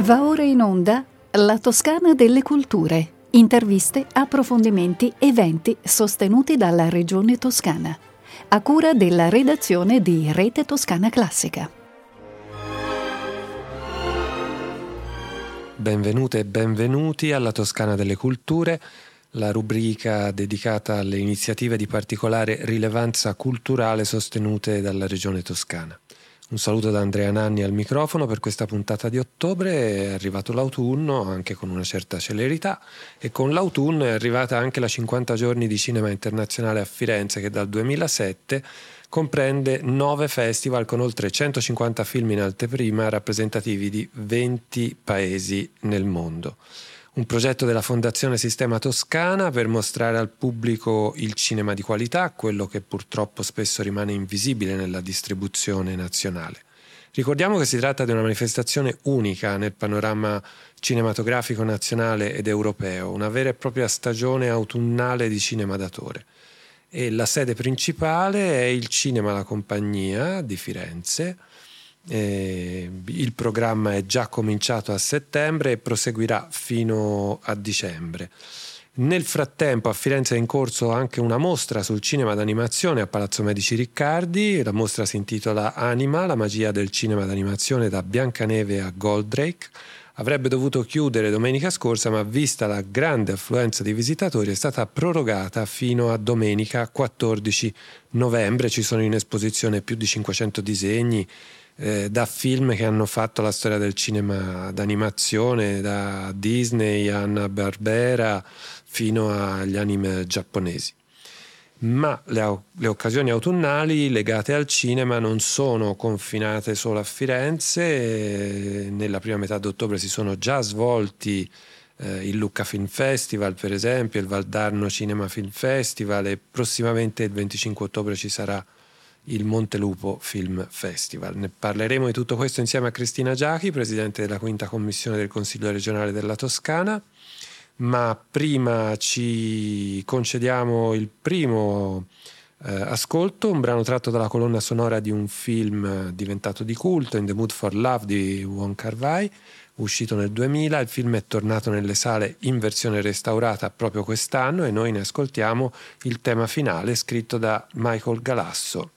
Va ora in onda La Toscana delle Culture. Interviste, approfondimenti, eventi sostenuti dalla Regione Toscana. A cura della redazione di Rete Toscana Classica. Benvenute e benvenuti alla Toscana delle Culture, la rubrica dedicata alle iniziative di particolare rilevanza culturale sostenute dalla Regione Toscana. Un saluto da Andrea Nanni al microfono per questa puntata di ottobre. È arrivato l'autunno, anche con una certa celerità, e con l'autunno è arrivata anche la 50 giorni di cinema internazionale a Firenze, che dal 2007 comprende 9 festival con oltre 150 film in anteprima rappresentativi di 20 paesi nel mondo. Un progetto della Fondazione Sistema Toscana per mostrare al pubblico il cinema di qualità, quello che purtroppo spesso rimane invisibile nella distribuzione nazionale. Ricordiamo che si tratta di una manifestazione unica nel panorama cinematografico nazionale ed europeo, una vera e propria stagione autunnale di cinema d'autore. E la sede principale è il Cinema La Compagnia di Firenze. Il programma è già cominciato a settembre e proseguirà fino a dicembre. Nel frattempo a Firenze è in corso anche una mostra sul cinema d'animazione a Palazzo Medici Riccardi. La mostra si intitola Anima, la magia del cinema d'animazione da Biancaneve a Goldrake. Avrebbe dovuto chiudere domenica scorsa, ma vista la grande affluenza di visitatori è stata prorogata fino a domenica 14 novembre. Ci sono in esposizione più di 500 disegni da film che hanno fatto la storia del cinema d'animazione, da Disney, Hanna-Barbera fino agli anime giapponesi. Ma le occasioni autunnali legate al cinema non sono confinate solo a Firenze. Nella prima metà d'ottobre si sono già svolti il Lucca Film Festival, per esempio, il Valdarno Cinema Film Festival, e prossimamente il 25 ottobre ci sarà il Montelupo Film Festival. Ne parleremo di tutto questo insieme a Cristina Giachi, presidente della quinta commissione del Consiglio regionale della Toscana. Ma prima ci concediamo il primo ascolto, un brano tratto dalla colonna sonora di un film diventato di culto, In the Mood for Love di Wong Kar-wai, uscito nel 2000. Il film è tornato nelle sale in versione restaurata proprio quest'anno e noi ne ascoltiamo il tema finale scritto da Michael Galasso.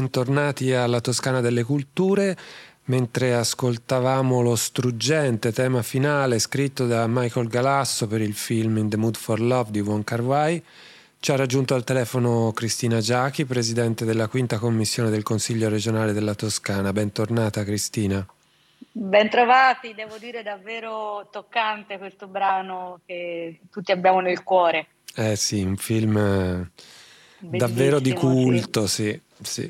bentornati alla Toscana delle Culture. Mentre ascoltavamo lo struggente tema finale scritto da Michael Galasso per il film In the Mood for Love di Wong Kar-wai, ci ha raggiunto al telefono Cristina Giachi, presidente della quinta commissione del Consiglio regionale della Toscana. Bentornata Cristina. Bentrovati, devo dire davvero toccante questo brano che tutti abbiamo nel cuore. Sì, un film davvero di culto, sì. Sì.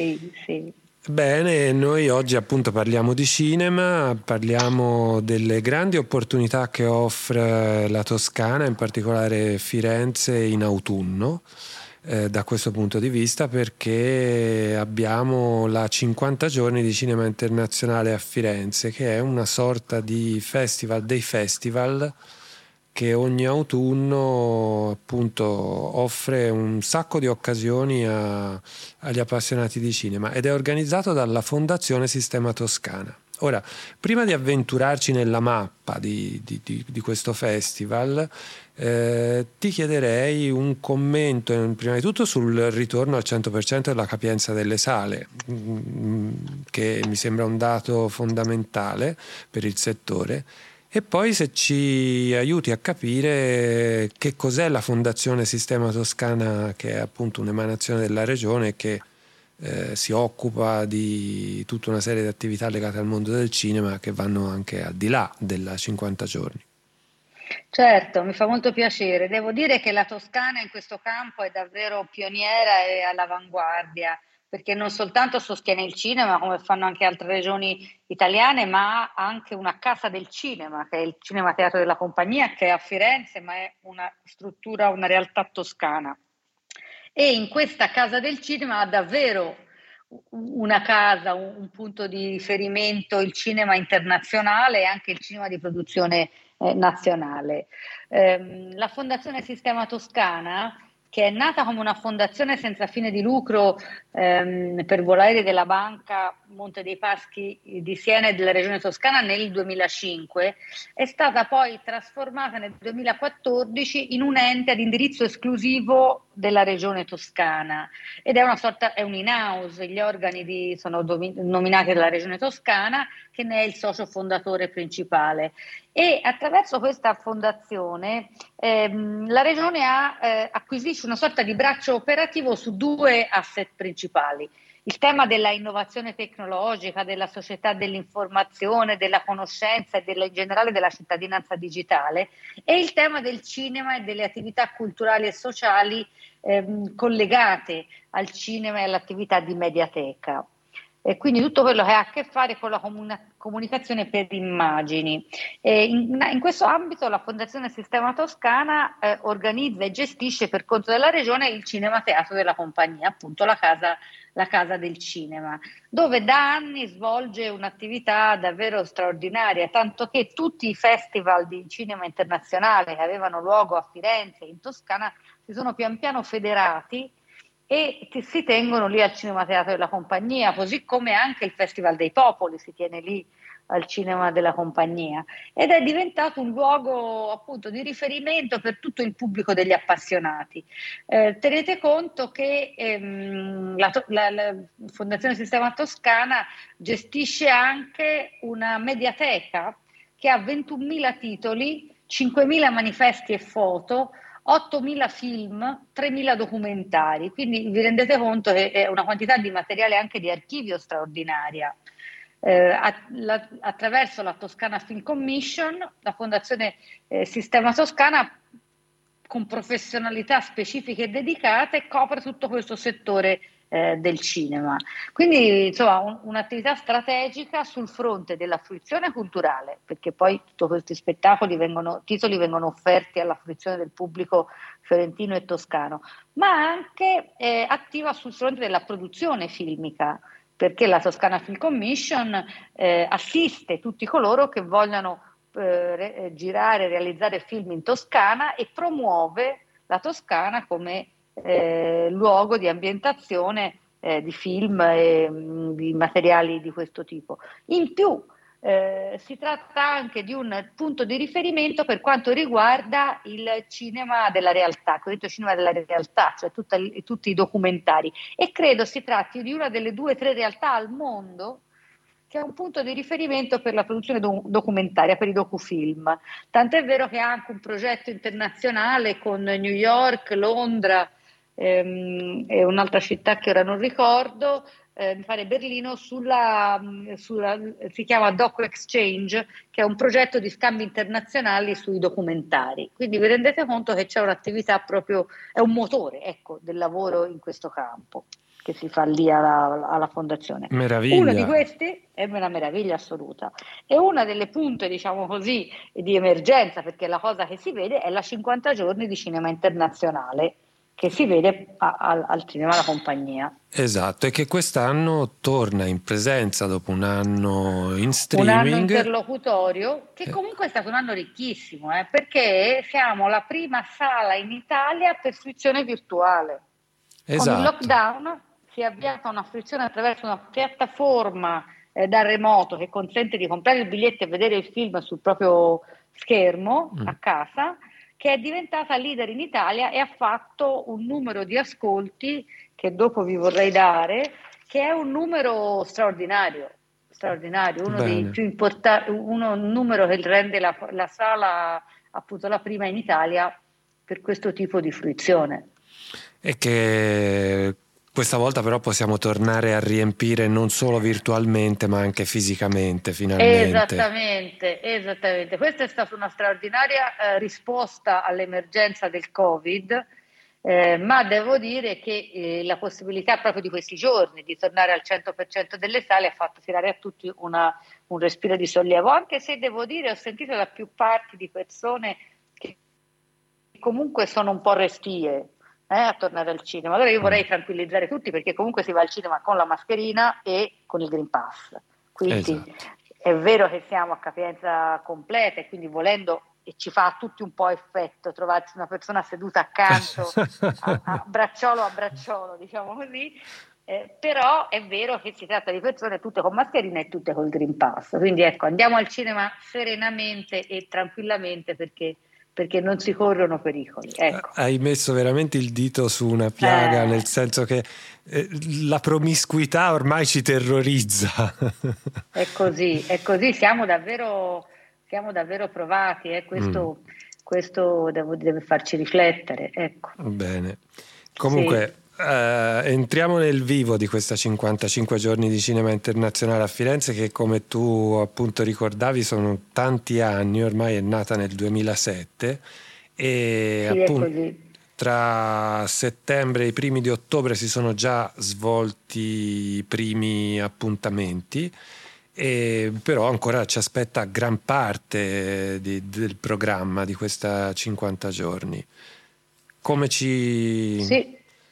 Bene, noi oggi appunto parliamo di cinema, parliamo delle grandi opportunità che offre la Toscana, in particolare Firenze in autunno, da questo punto di vista, perché abbiamo la 50 giorni di cinema internazionale a Firenze, che è una sorta di festival dei festival che ogni autunno appunto offre un sacco di occasioni agli appassionati di cinema ed è organizzato dalla Fondazione Sistema Toscana. Ora, prima di avventurarci nella mappa di questo festival, ti chiederei un commento prima di tutto sul ritorno al 100% della capienza delle sale, che mi sembra un dato fondamentale per il settore. E poi se ci aiuti a capire che cos'è la Fondazione Sistema Toscana, che è appunto un'emanazione della regione che si occupa di tutta una serie di attività legate al mondo del cinema che vanno anche al di là della 50 giorni. Certo, mi fa molto piacere. Devo dire che la Toscana in questo campo è davvero pioniera e all'avanguardia, perché non soltanto sostiene il cinema, come fanno anche altre regioni italiane, ma ha anche una casa del cinema, che è il Cinema Teatro della Compagnia, che è a Firenze, ma è una struttura, una realtà toscana. E in questa casa del cinema ha davvero una casa, un punto di riferimento, il cinema internazionale e anche il cinema di produzione nazionale. La Fondazione Sistema Toscana, che è nata come una fondazione senza fine di lucro per volontari della Banca Monte dei Paschi di Siena e della Regione Toscana nel 2005, è stata poi trasformata nel 2014 in un ente ad indirizzo esclusivo della Regione Toscana ed è un in-house, gli organi sono nominati dalla Regione Toscana, che ne è il socio fondatore principale. E attraverso questa fondazione la Regione acquisisce una sorta di braccio operativo su due asset principali: il tema della innovazione tecnologica, della società dell'informazione, della conoscenza e in generale della cittadinanza digitale, e il tema del cinema e delle attività culturali e sociali collegate al cinema e all'attività di mediateca. E quindi tutto quello che ha a che fare con la comunicazione per immagini. In questo ambito la Fondazione Sistema Toscana organizza e gestisce per conto della Regione il Cinema Teatro della Compagnia, appunto la casa del cinema, dove da anni svolge un'attività davvero straordinaria, tanto che tutti i festival di cinema internazionale che avevano luogo a Firenze e in Toscana si sono pian piano federati e che si tengono lì al Cinema Teatro della Compagnia, così come anche il Festival dei Popoli si tiene lì al Cinema della Compagnia, ed è diventato un luogo appunto di riferimento per tutto il pubblico degli appassionati. Tenete conto che la Fondazione Sistema Toscana gestisce anche una mediateca che ha 21.000 titoli, 5.000 manifesti e foto, 8.000 film, 3.000 documentari, quindi vi rendete conto che è una quantità di materiale anche di archivio straordinaria. Attraverso la Toscana Film Commission, la Fondazione Sistema Toscana, con professionalità specifiche e dedicate, copre tutto questo settore del cinema. Quindi insomma un'attività strategica sul fronte della fruizione culturale, perché poi tutti questi titoli vengono offerti alla fruizione del pubblico fiorentino e toscano, ma anche attiva sul fronte della produzione filmica, perché la Toscana Film Commission assiste tutti coloro che vogliono girare e realizzare film in Toscana e promuove la Toscana come luogo di ambientazione di film e di materiali di questo tipo. In più Si tratta anche di un punto di riferimento per quanto riguarda il cinema della realtà, il cosiddetto cinema della realtà, cioè tutti i documentari. E credo si tratti di una delle 2 o 3 realtà al mondo che è un punto di riferimento per la produzione documentaria, per i docufilm. Tant'è vero che ha anche un progetto internazionale con New York, Londra e un'altra città che ora non ricordo, mi pare Berlino, si chiama Docu Exchange, che è un progetto di scambi internazionali sui documentari. Quindi vi rendete conto che c'è un'attività proprio, è un motore, ecco, del lavoro in questo campo che si fa lì alla fondazione. Meraviglia. Uno di questi è una meraviglia assoluta. E una delle punte, diciamo così, di emergenza, perché la cosa che si vede è la 50 giorni di cinema internazionale, che si vede al cinema La Compagnia. Esatto, e che quest'anno torna in presenza dopo un anno in streaming. Un anno interlocutorio, che comunque è stato un anno ricchissimo, perché siamo la prima sala in Italia per fruizione virtuale. Esatto. Con il lockdown si è avviata una fruizione attraverso una piattaforma da remoto che consente di comprare il biglietto e vedere il film sul proprio schermo a casa, che è diventata leader in Italia e ha fatto un numero di ascolti che dopo vi vorrei dare, che è un numero straordinario, uno dei più importanti, un numero che rende la sala appunto la prima in Italia per questo tipo di fruizione. E che questa volta però possiamo tornare a riempire non solo virtualmente ma anche fisicamente, finalmente. Esattamente. Questa è stata una straordinaria risposta all'emergenza del Covid, ma devo dire che la possibilità proprio di questi giorni di tornare al 100% delle sale ha fatto tirare a tutti un respiro di sollievo, anche se devo dire ho sentito da più parti di persone che comunque sono un po' restie a tornare al cinema. Allora io vorrei tranquillizzare tutti, perché comunque si va al cinema con la mascherina e con il Green Pass, quindi è vero che siamo a capienza completa e quindi volendo, e ci fa a tutti un po' effetto trovarsi una persona seduta accanto a bracciolo, diciamo così, però è vero che si tratta di persone tutte con mascherina e tutte col Green Pass, quindi ecco, andiamo al cinema serenamente e tranquillamente perché non si corrono pericoli. Ecco. Hai messo veramente il dito su una piaga, nel senso che la promiscuità ormai ci terrorizza. È così, siamo davvero provati, questo deve farci riflettere. Ecco. Bene. Comunque, entriamo nel vivo di questa 55 giorni di cinema internazionale a Firenze, che come tu appunto ricordavi sono tanti anni, ormai è nata nel 2007 e sì, appunto tra settembre e i primi di ottobre si sono già svolti i primi appuntamenti, però ancora ci aspetta gran parte del programma di questa 50 giorni. Come ci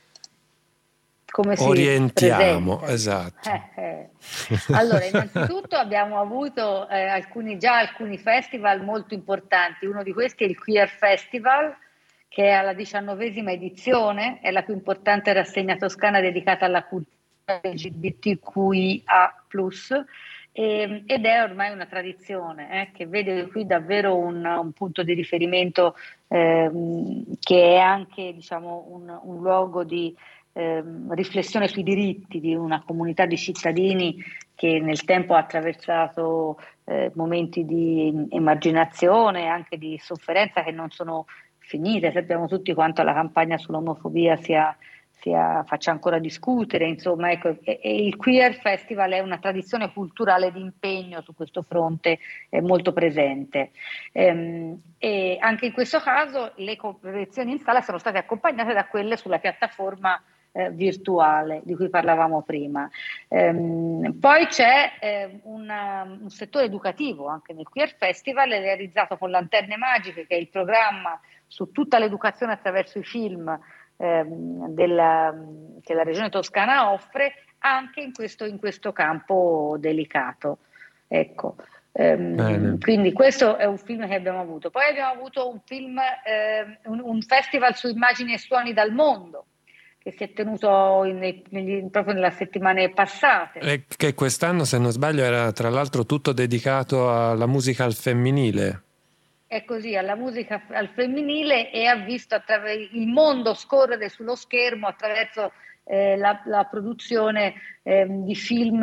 orientiamo? Esatto. Allora, innanzitutto abbiamo avuto alcuni festival molto importanti. Uno di questi è il Queer Festival, che è alla 19ª edizione, è la più importante rassegna toscana dedicata alla cultura LGBTQIA+, ed è ormai una tradizione che vede qui davvero un punto di riferimento che è anche, diciamo, un luogo di riflessione sui diritti di una comunità di cittadini che nel tempo ha attraversato momenti di emarginazione e anche di sofferenza che non sono finite. Sappiamo tutti quanto la campagna sull'omofobia faccia ancora discutere, insomma, ecco, e il Queer Festival è una tradizione culturale di impegno su questo fronte molto presente, e anche in questo caso le lezioni in sala sono state accompagnate da quelle sulla piattaforma virtuale di cui parlavamo prima. Poi c'è un settore educativo anche nel Queer Festival, realizzato con Lanterne Magiche, che è il programma su tutta l'educazione attraverso i film che la Regione Toscana offre anche in questo campo delicato. Ecco. Quindi questo è un film che abbiamo avuto. Poi abbiamo avuto un festival su immagini e suoni dal mondo, che si è tenuto proprio nelle settimane passate. E che quest'anno, se non sbaglio, era tra l'altro tutto dedicato alla musica al femminile. È così, alla musica al femminile, e ha visto il mondo scorrere sullo schermo attraverso la produzione di film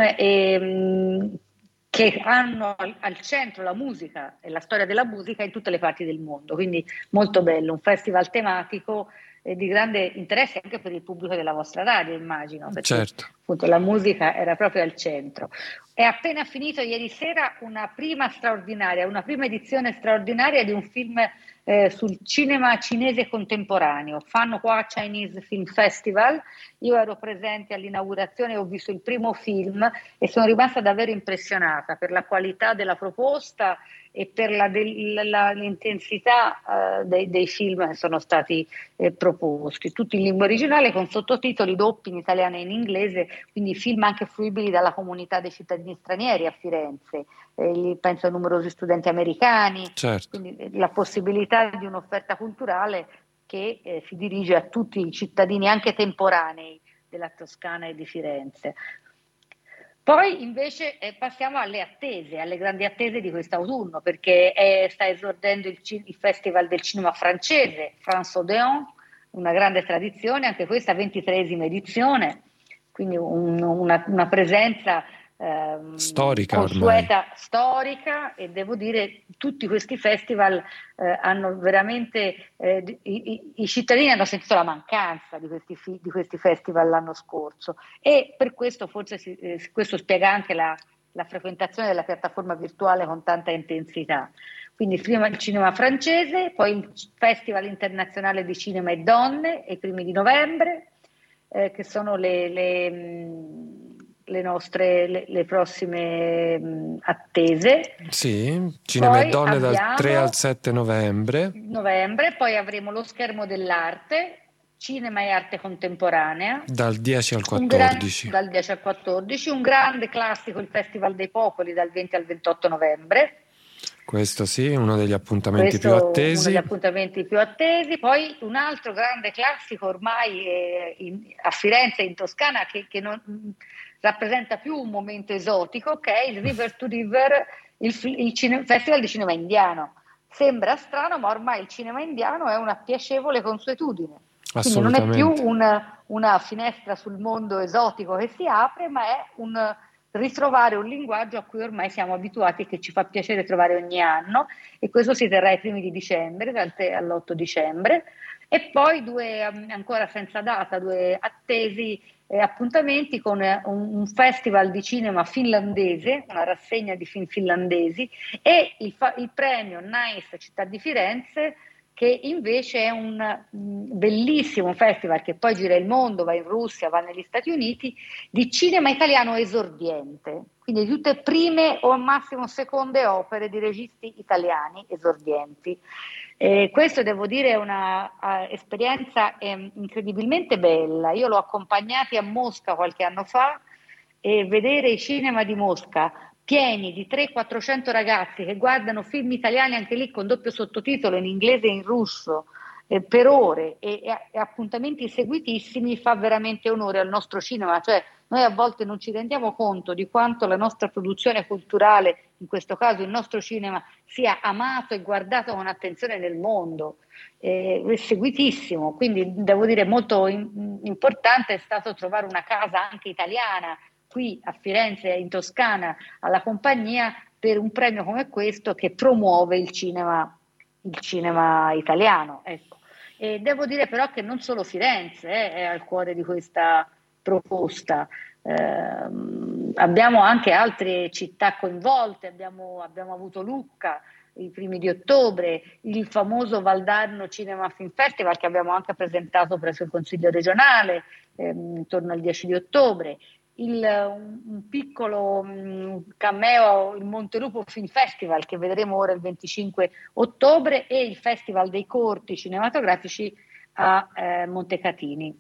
che hanno al centro la musica e la storia della musica in tutte le parti del mondo, quindi molto bello, un festival tematico di grande interesse anche per il pubblico della vostra radio, immagino, perché certo. Appunto la musica era proprio al centro. È appena finito ieri sera una prima edizione straordinaria di un film sul cinema cinese contemporaneo, Fanhua Chinese Film Festival. Io ero presente all'inaugurazione, ho visto il primo film e sono rimasta davvero impressionata per la qualità della proposta e per l'intensità dei film che sono stati proposti, tutti in lingua originale con sottotitoli doppi in italiano e in inglese, quindi film anche fruibili dalla comunità dei cittadini stranieri a Firenze, penso a numerosi studenti americani, certo. Quindi la possibilità di un'offerta culturale che si dirige a tutti i cittadini anche temporanei della Toscana e di Firenze. Poi invece passiamo alle grandi attese di quest'autunno, perché sta esordendo il Festival del cinema francese, France Odeon, una grande tradizione, anche questa 23esima edizione, quindi una presenza storica consueta, ormai. storica, e devo dire tutti questi festival hanno veramente i cittadini hanno sentito la mancanza di questi festival l'anno scorso, e per questo forse questo spiega anche la frequentazione della piattaforma virtuale con tanta intensità. Quindi prima il cinema francese, poi il Festival internazionale di cinema e donne ai primi di novembre, che sono le prossime attese. Sì, cinema Poi e donne dal 3 al 7 novembre. Poi avremo lo schermo dell'arte, cinema e arte contemporanea. Dal 10 al 14. Dal 10 al 14, un grande classico, il Festival dei Popoli, dal 20 al 28 novembre. Questo sì, uno degli appuntamenti più attesi. Uno degli appuntamenti più attesi. Poi un altro grande classico ormai a Firenze, in Toscana, che non rappresenta più un momento esotico, che è il River to River, il Festival di cinema indiano. Sembra strano, ma ormai il cinema indiano è una piacevole consuetudine. Quindi non è più una finestra sul mondo esotico che si apre, ma è ritrovare un linguaggio a cui ormai siamo abituati e che ci fa piacere trovare ogni anno, e questo si terrà ai primi di dicembre, dal 3 all'8 dicembre, e poi ancora senza data, due attesi appuntamenti con un festival di cinema finlandese, una rassegna di film finlandesi, e il premio Nice Città di Firenze, che invece è un bellissimo festival che poi gira il mondo, va in Russia, va negli Stati Uniti, di cinema italiano esordiente, quindi di tutte prime o al massimo seconde opere di registi italiani esordienti. Questo, devo dire, è una esperienza incredibilmente bella. Io l'ho accompagnati a Mosca qualche anno fa, e vedere i cinema di Mosca pieni di 300-400 ragazzi che guardano film italiani, anche lì con doppio sottotitolo in inglese e in russo, per ore, e appuntamenti seguitissimi, fa veramente onore al nostro cinema. Cioè, noi a volte non ci rendiamo conto di quanto la nostra produzione culturale, in questo caso il nostro cinema, sia amato e guardato con attenzione nel mondo, è seguitissimo. Quindi devo dire molto importante è stato trovare una casa anche italiana qui a Firenze, in Toscana, alla compagnia, per un premio come questo che promuove il cinema italiano. Ecco. E devo dire però che non solo Firenze è al cuore di questa proposta. Abbiamo anche altre città coinvolte, abbiamo avuto Lucca i primi di ottobre, il famoso Valdarno Cinema Film Festival che abbiamo anche presentato presso il Consiglio regionale intorno al 10 di ottobre, un piccolo cameo, il Montelupo Film Festival che vedremo ora il 25 ottobre, e il Festival dei corti cinematografici a Montecatini.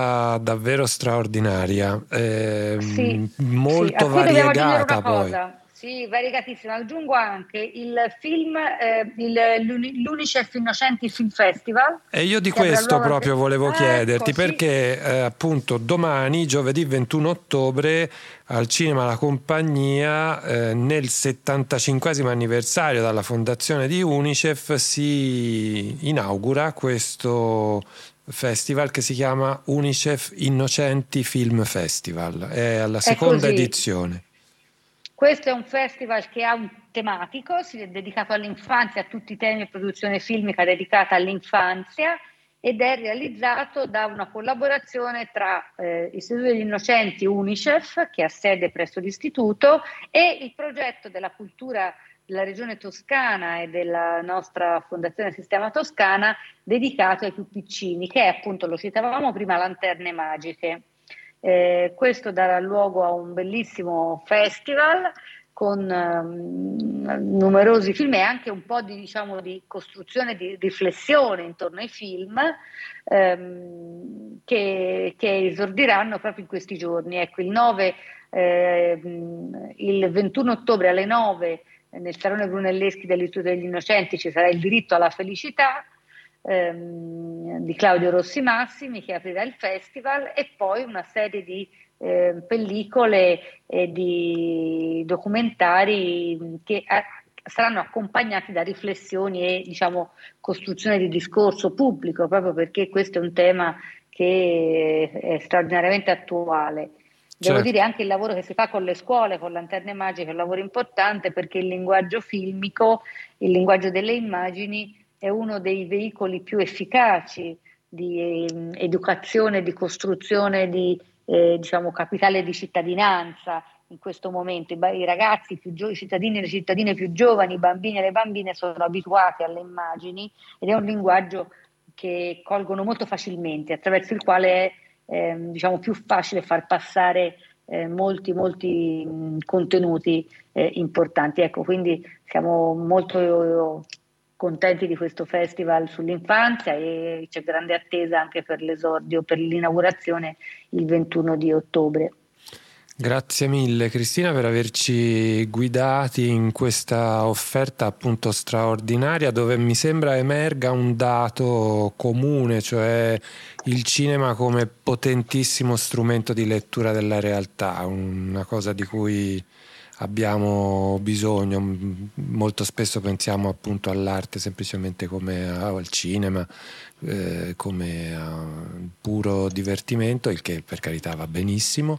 Un'offerta davvero straordinaria, Sì, molto sì, a cui dobbiamo aggiungere variegata una poi. cosa. Sì, variegatissimo. Aggiungo anche il film, l'Unicef Innocenti Film Festival. E io di che avrà questo luogo proprio volevo Ecco, chiederti, sì. perché appunto domani, giovedì 21 ottobre, al Cinema La Compagnia, nel 75esimo anniversario dalla fondazione di Unicef, si inaugura questo festival che si chiama Unicef Innocenti Film Festival. È alla È seconda così. edizione. Questo è un festival che ha un tematico, si è dedicato all'infanzia, a tutti i temi e produzione filmica dedicata all'infanzia, ed è realizzato da una collaborazione tra Istituto degli Innocenti Unicef, che ha sede presso l'istituto, e il progetto della cultura della Regione Toscana e della nostra Fondazione Sistema Toscana dedicato ai più piccini, che è appunto, lo citavamo prima, Lanterne Magiche. Questo darà luogo a un bellissimo festival con numerosi film e anche un po' di, diciamo, di costruzione, di riflessione intorno ai film che esordiranno proprio in questi giorni. Ecco, il 21 ottobre alle 9 nel Salone Brunelleschi dell'Istituto degli Innocenti ci sarà Il diritto alla felicità di Claudio Rossi Massimi, che aprirà il festival, e poi una serie di pellicole e di documentari che saranno accompagnati da riflessioni e, diciamo, costruzione di discorso pubblico, proprio perché questo è un tema che è straordinariamente attuale. Devo Certo. dire anche il lavoro che si fa con le scuole, con Lanterne Magiche, è un lavoro importante, perché il linguaggio filmico, il linguaggio delle immagini, è uno dei veicoli più efficaci di educazione, di costruzione di diciamo, capitale di cittadinanza in questo momento. I ragazzi i cittadini e le cittadine più giovani, i bambini e le bambine sono abituati alle immagini, ed è un linguaggio che colgono molto facilmente, attraverso il quale è diciamo, più facile far passare molti contenuti importanti. Ecco, quindi siamo molto contenti di questo festival sull'infanzia, e c'è grande attesa anche per l'esordio, per l'inaugurazione il 21 di ottobre. Grazie mille Cristina per averci guidati in questa offerta appunto straordinaria, dove mi sembra emerga un dato comune, cioè il cinema come potentissimo strumento di lettura della realtà, una cosa di cui abbiamo bisogno. Molto spesso pensiamo appunto all'arte semplicemente come al cinema, come a puro divertimento, il che per carità va benissimo,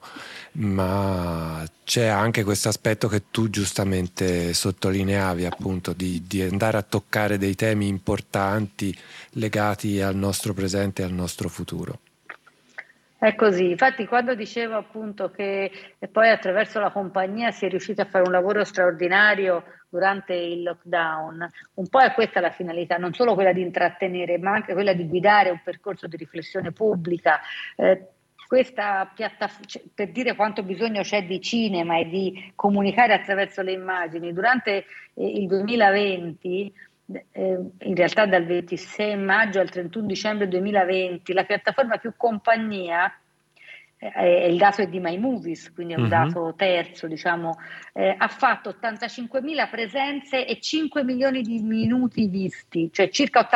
ma c'è anche questo aspetto che tu giustamente sottolineavi, appunto di andare a toccare dei temi importanti legati al nostro presente e al nostro futuro. È così, infatti quando dicevo appunto che poi attraverso la compagnia si è riusciti a fare un lavoro straordinario durante il lockdown, un po' è questa la finalità, non solo quella di intrattenere, ma anche quella di guidare un percorso di riflessione pubblica. Questa piattaforma, per dire quanto bisogno c'è di cinema e di comunicare attraverso le immagini, durante il 2020, in realtà dal 26 maggio al 31 dicembre 2020, la piattaforma più compagnia, il dato è di My Movies, quindi è un dato terzo, diciamo, ha fatto 85.000 presenze e 5 milioni di minuti visti, cioè circa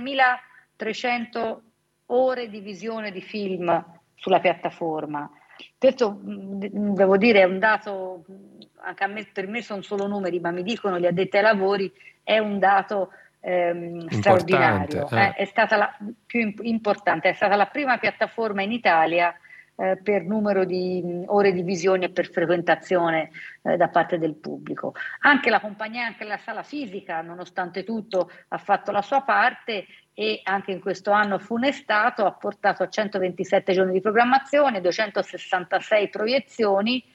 83.300 ore di visione di film sulla piattaforma. Questo, devo dire, è un dato, anche per me sono solo numeri, ma mi dicono gli addetti ai lavori, è un dato straordinario. È stata la più importante, è stata la prima piattaforma in Italia per numero di ore di visione e per frequentazione da parte del pubblico. Anche la compagnia, anche la sala fisica, nonostante tutto, ha fatto la sua parte, e anche in questo anno funestato ha portato a 127 giorni di programmazione, 266 proiezioni,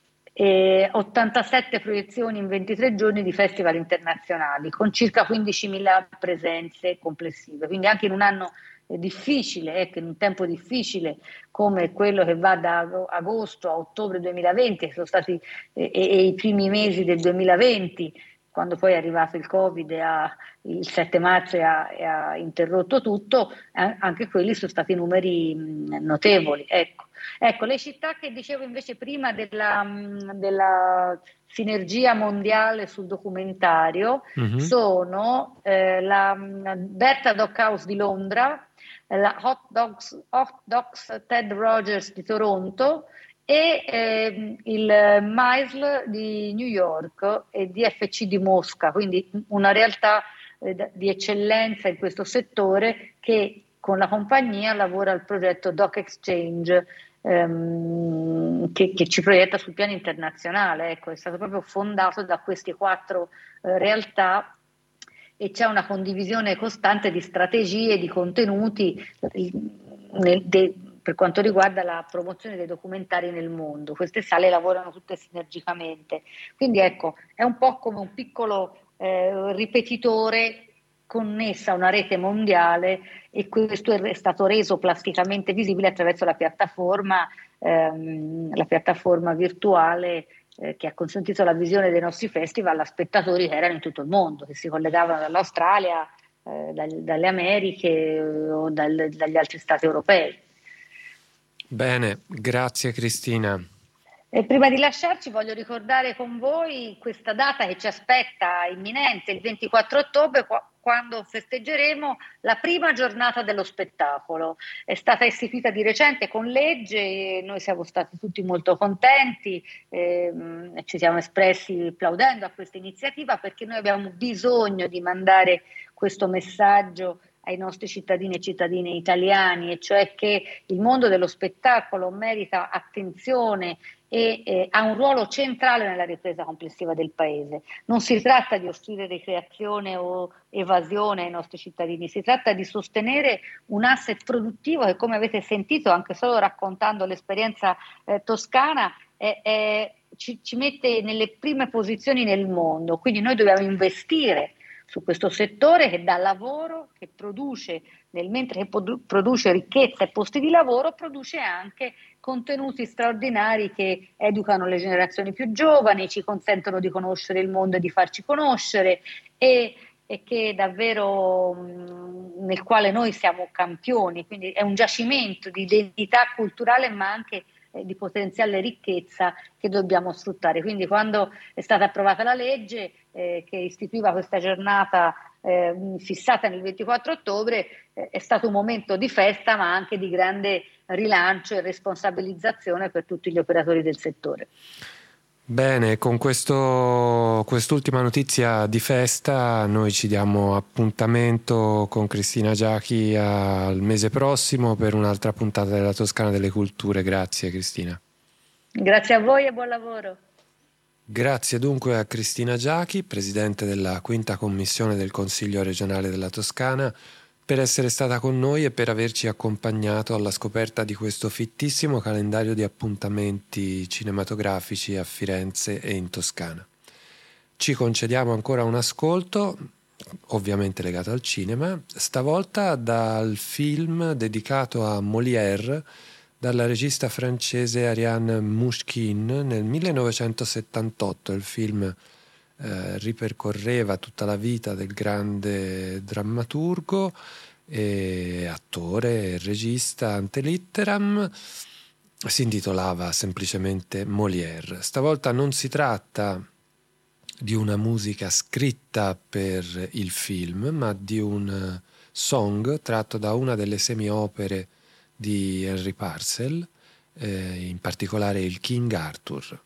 87 proiezioni in 23 giorni di festival internazionali, con circa 15.000 presenze complessive. Quindi anche in un anno difficile, in un tempo difficile come quello che va da agosto a ottobre 2020, che sono stati e i primi mesi del 2020, quando poi è arrivato il Covid il 7 marzo e ha interrotto tutto, anche quelli sono stati numeri notevoli. Ecco. Ecco, le città che dicevo invece prima della sinergia mondiale sul documentario sono la Bertha Dockhouse di Londra, la Hot Docs Ted Rogers di Toronto e il MISL di New York e DFC di Mosca, quindi una realtà di eccellenza in questo settore che con la compagnia lavora al progetto Doc Exchange che ci proietta sul piano internazionale. Ecco, è stato proprio fondato da queste 4 realtà e c'è una condivisione costante di strategie, di contenuti per quanto riguarda la promozione dei documentari nel mondo. Queste sale lavorano tutte sinergicamente, quindi ecco, è un po' come un piccolo ripetitore connessa a una rete mondiale, e questo è stato reso plasticamente visibile attraverso la piattaforma virtuale che ha consentito la visione dei nostri festival a spettatori che erano in tutto il mondo, che si collegavano dall'Australia, dalle Americhe o dagli altri stati europei. Bene, grazie Cristina. E prima di lasciarci voglio ricordare con voi questa data che ci aspetta imminente, il 24 ottobre, quando festeggeremo la prima giornata dello spettacolo. È stata istituita di recente con legge e noi siamo stati tutti molto contenti, ci siamo espressi applaudendo a questa iniziativa, perché noi abbiamo bisogno di mandare questo messaggio ai nostri cittadini e cittadine italiani, e cioè che il mondo dello spettacolo merita attenzione e ha un ruolo centrale nella ripresa complessiva del paese. Non si tratta di offrire ricreazione o evasione ai nostri cittadini, si tratta di sostenere un asset produttivo che, come avete sentito anche solo raccontando l'esperienza toscana, ci mette nelle prime posizioni nel mondo. Quindi noi dobbiamo investire su questo settore che dà lavoro, che produce, mentre che produce ricchezza e posti di lavoro, produce anche contenuti straordinari che educano le generazioni più giovani, ci consentono di conoscere il mondo e di farci conoscere, e che davvero nel quale noi siamo campioni. Quindi è un giacimento di identità culturale, ma anche di potenziale ricchezza che dobbiamo sfruttare. Quindi quando è stata approvata la legge che istituiva questa giornata fissata nel 24 ottobre, è stato un momento di festa, ma anche di grande rilancio e responsabilizzazione per tutti gli operatori del settore. Bene, con quest'ultima notizia di festa noi ci diamo appuntamento con Cristina Giachi al mese prossimo per un'altra puntata della Toscana delle Culture. Grazie Cristina. Grazie a voi e buon lavoro. Grazie dunque a Cristina Giachi, presidente della 5ª commissione del Consiglio regionale della Toscana, per essere stata con noi e per averci accompagnato alla scoperta di questo fittissimo calendario di appuntamenti cinematografici a Firenze e in Toscana. Ci concediamo ancora un ascolto, ovviamente legato al cinema, stavolta dal film dedicato a Molière dalla regista francese Ariane Mouchkine nel 1978. Il film ripercorreva tutta la vita del grande drammaturgo e attore e regista ante litteram. Si intitolava semplicemente Molière. Stavolta non si tratta di una musica scritta per il film, ma di un song tratto da una delle semiopere di Henry Purcell, in particolare il King Arthur.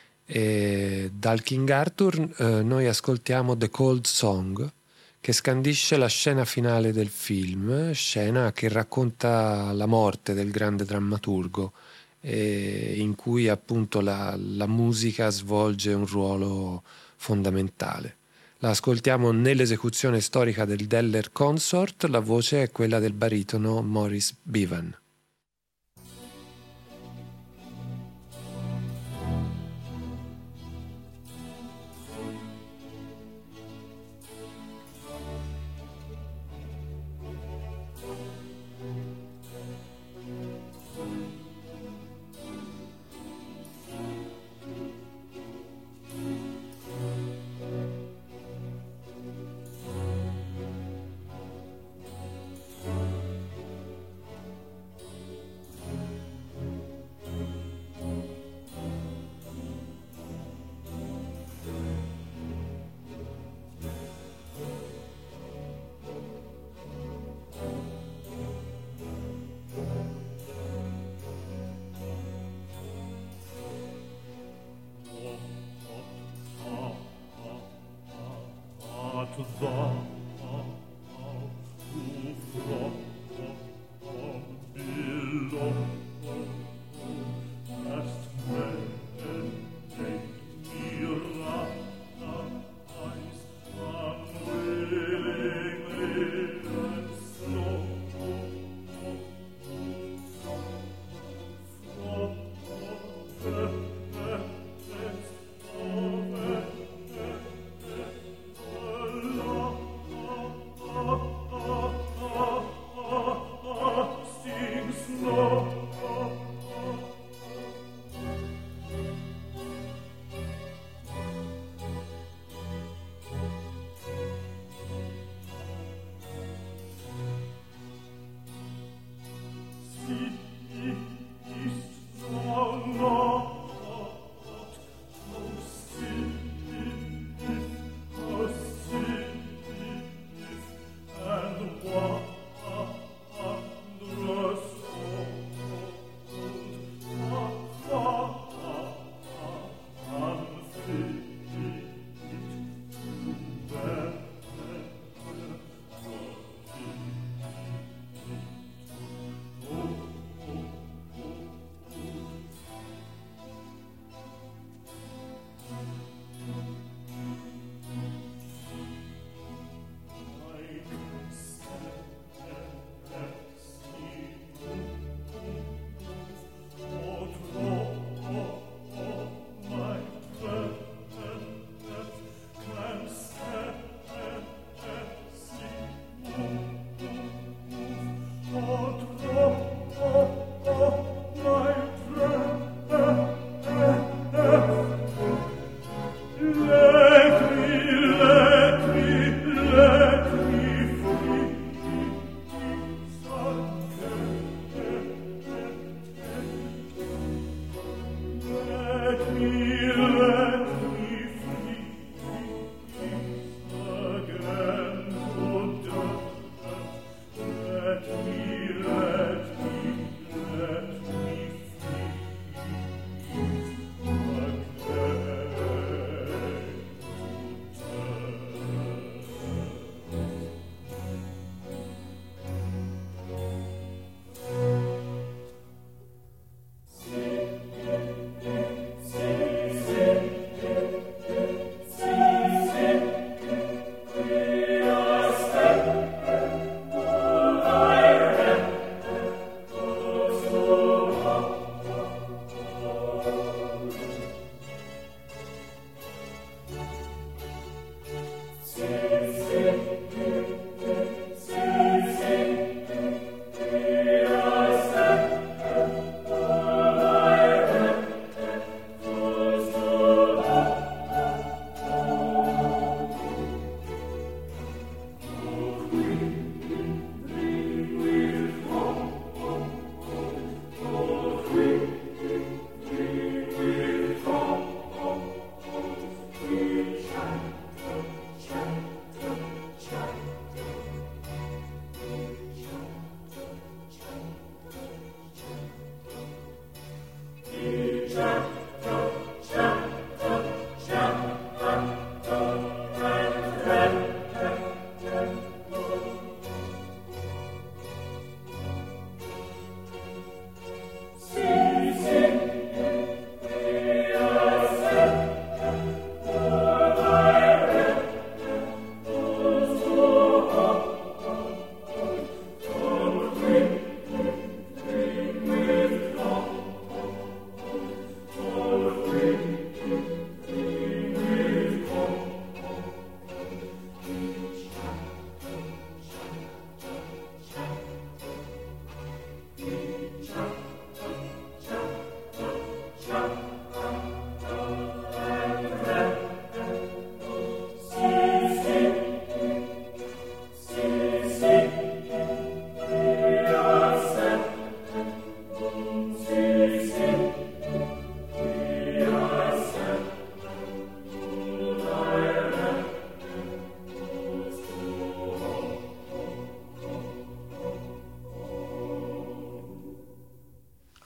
E dal King Arthur noi ascoltiamo The Cold Song, che scandisce la scena finale del film, scena che racconta la morte del grande drammaturgo, in cui appunto la musica svolge un ruolo fondamentale. La ascoltiamo nell'esecuzione storica del Deller Consort, la voce è quella del baritono Maurice Bevan.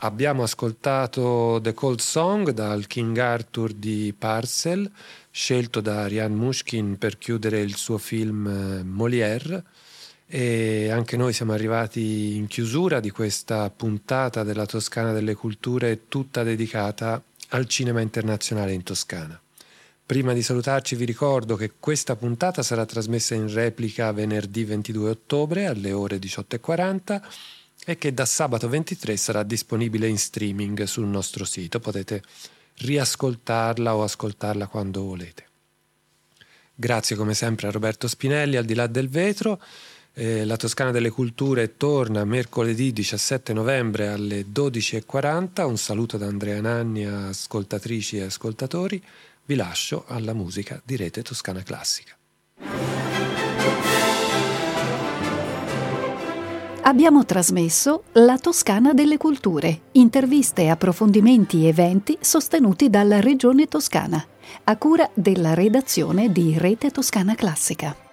Abbiamo ascoltato The Cold Song dal King Arthur di Parcel, scelto da Ariane Mushkin per chiudere il suo film Molière, e anche noi siamo arrivati in chiusura di questa puntata della Toscana delle Culture, tutta dedicata al cinema internazionale in Toscana. Prima di salutarci vi ricordo che questa puntata sarà trasmessa in replica venerdì 22 ottobre alle ore 18:40 e che da sabato 23 sarà disponibile in streaming sul nostro sito. Potete riascoltarla o ascoltarla quando volete. Grazie come sempre a Roberto Spinelli al di là del vetro. La Toscana delle Culture torna mercoledì 17 novembre alle 12:40. Un saluto da Andrea Nanni, ascoltatrici e ascoltatori. Vi lascio alla musica di Rete Toscana Classica. Abbiamo trasmesso La Toscana delle Culture, interviste, approfondimenti, eventi sostenuti dalla Regione Toscana, a cura della redazione di Rete Toscana Classica.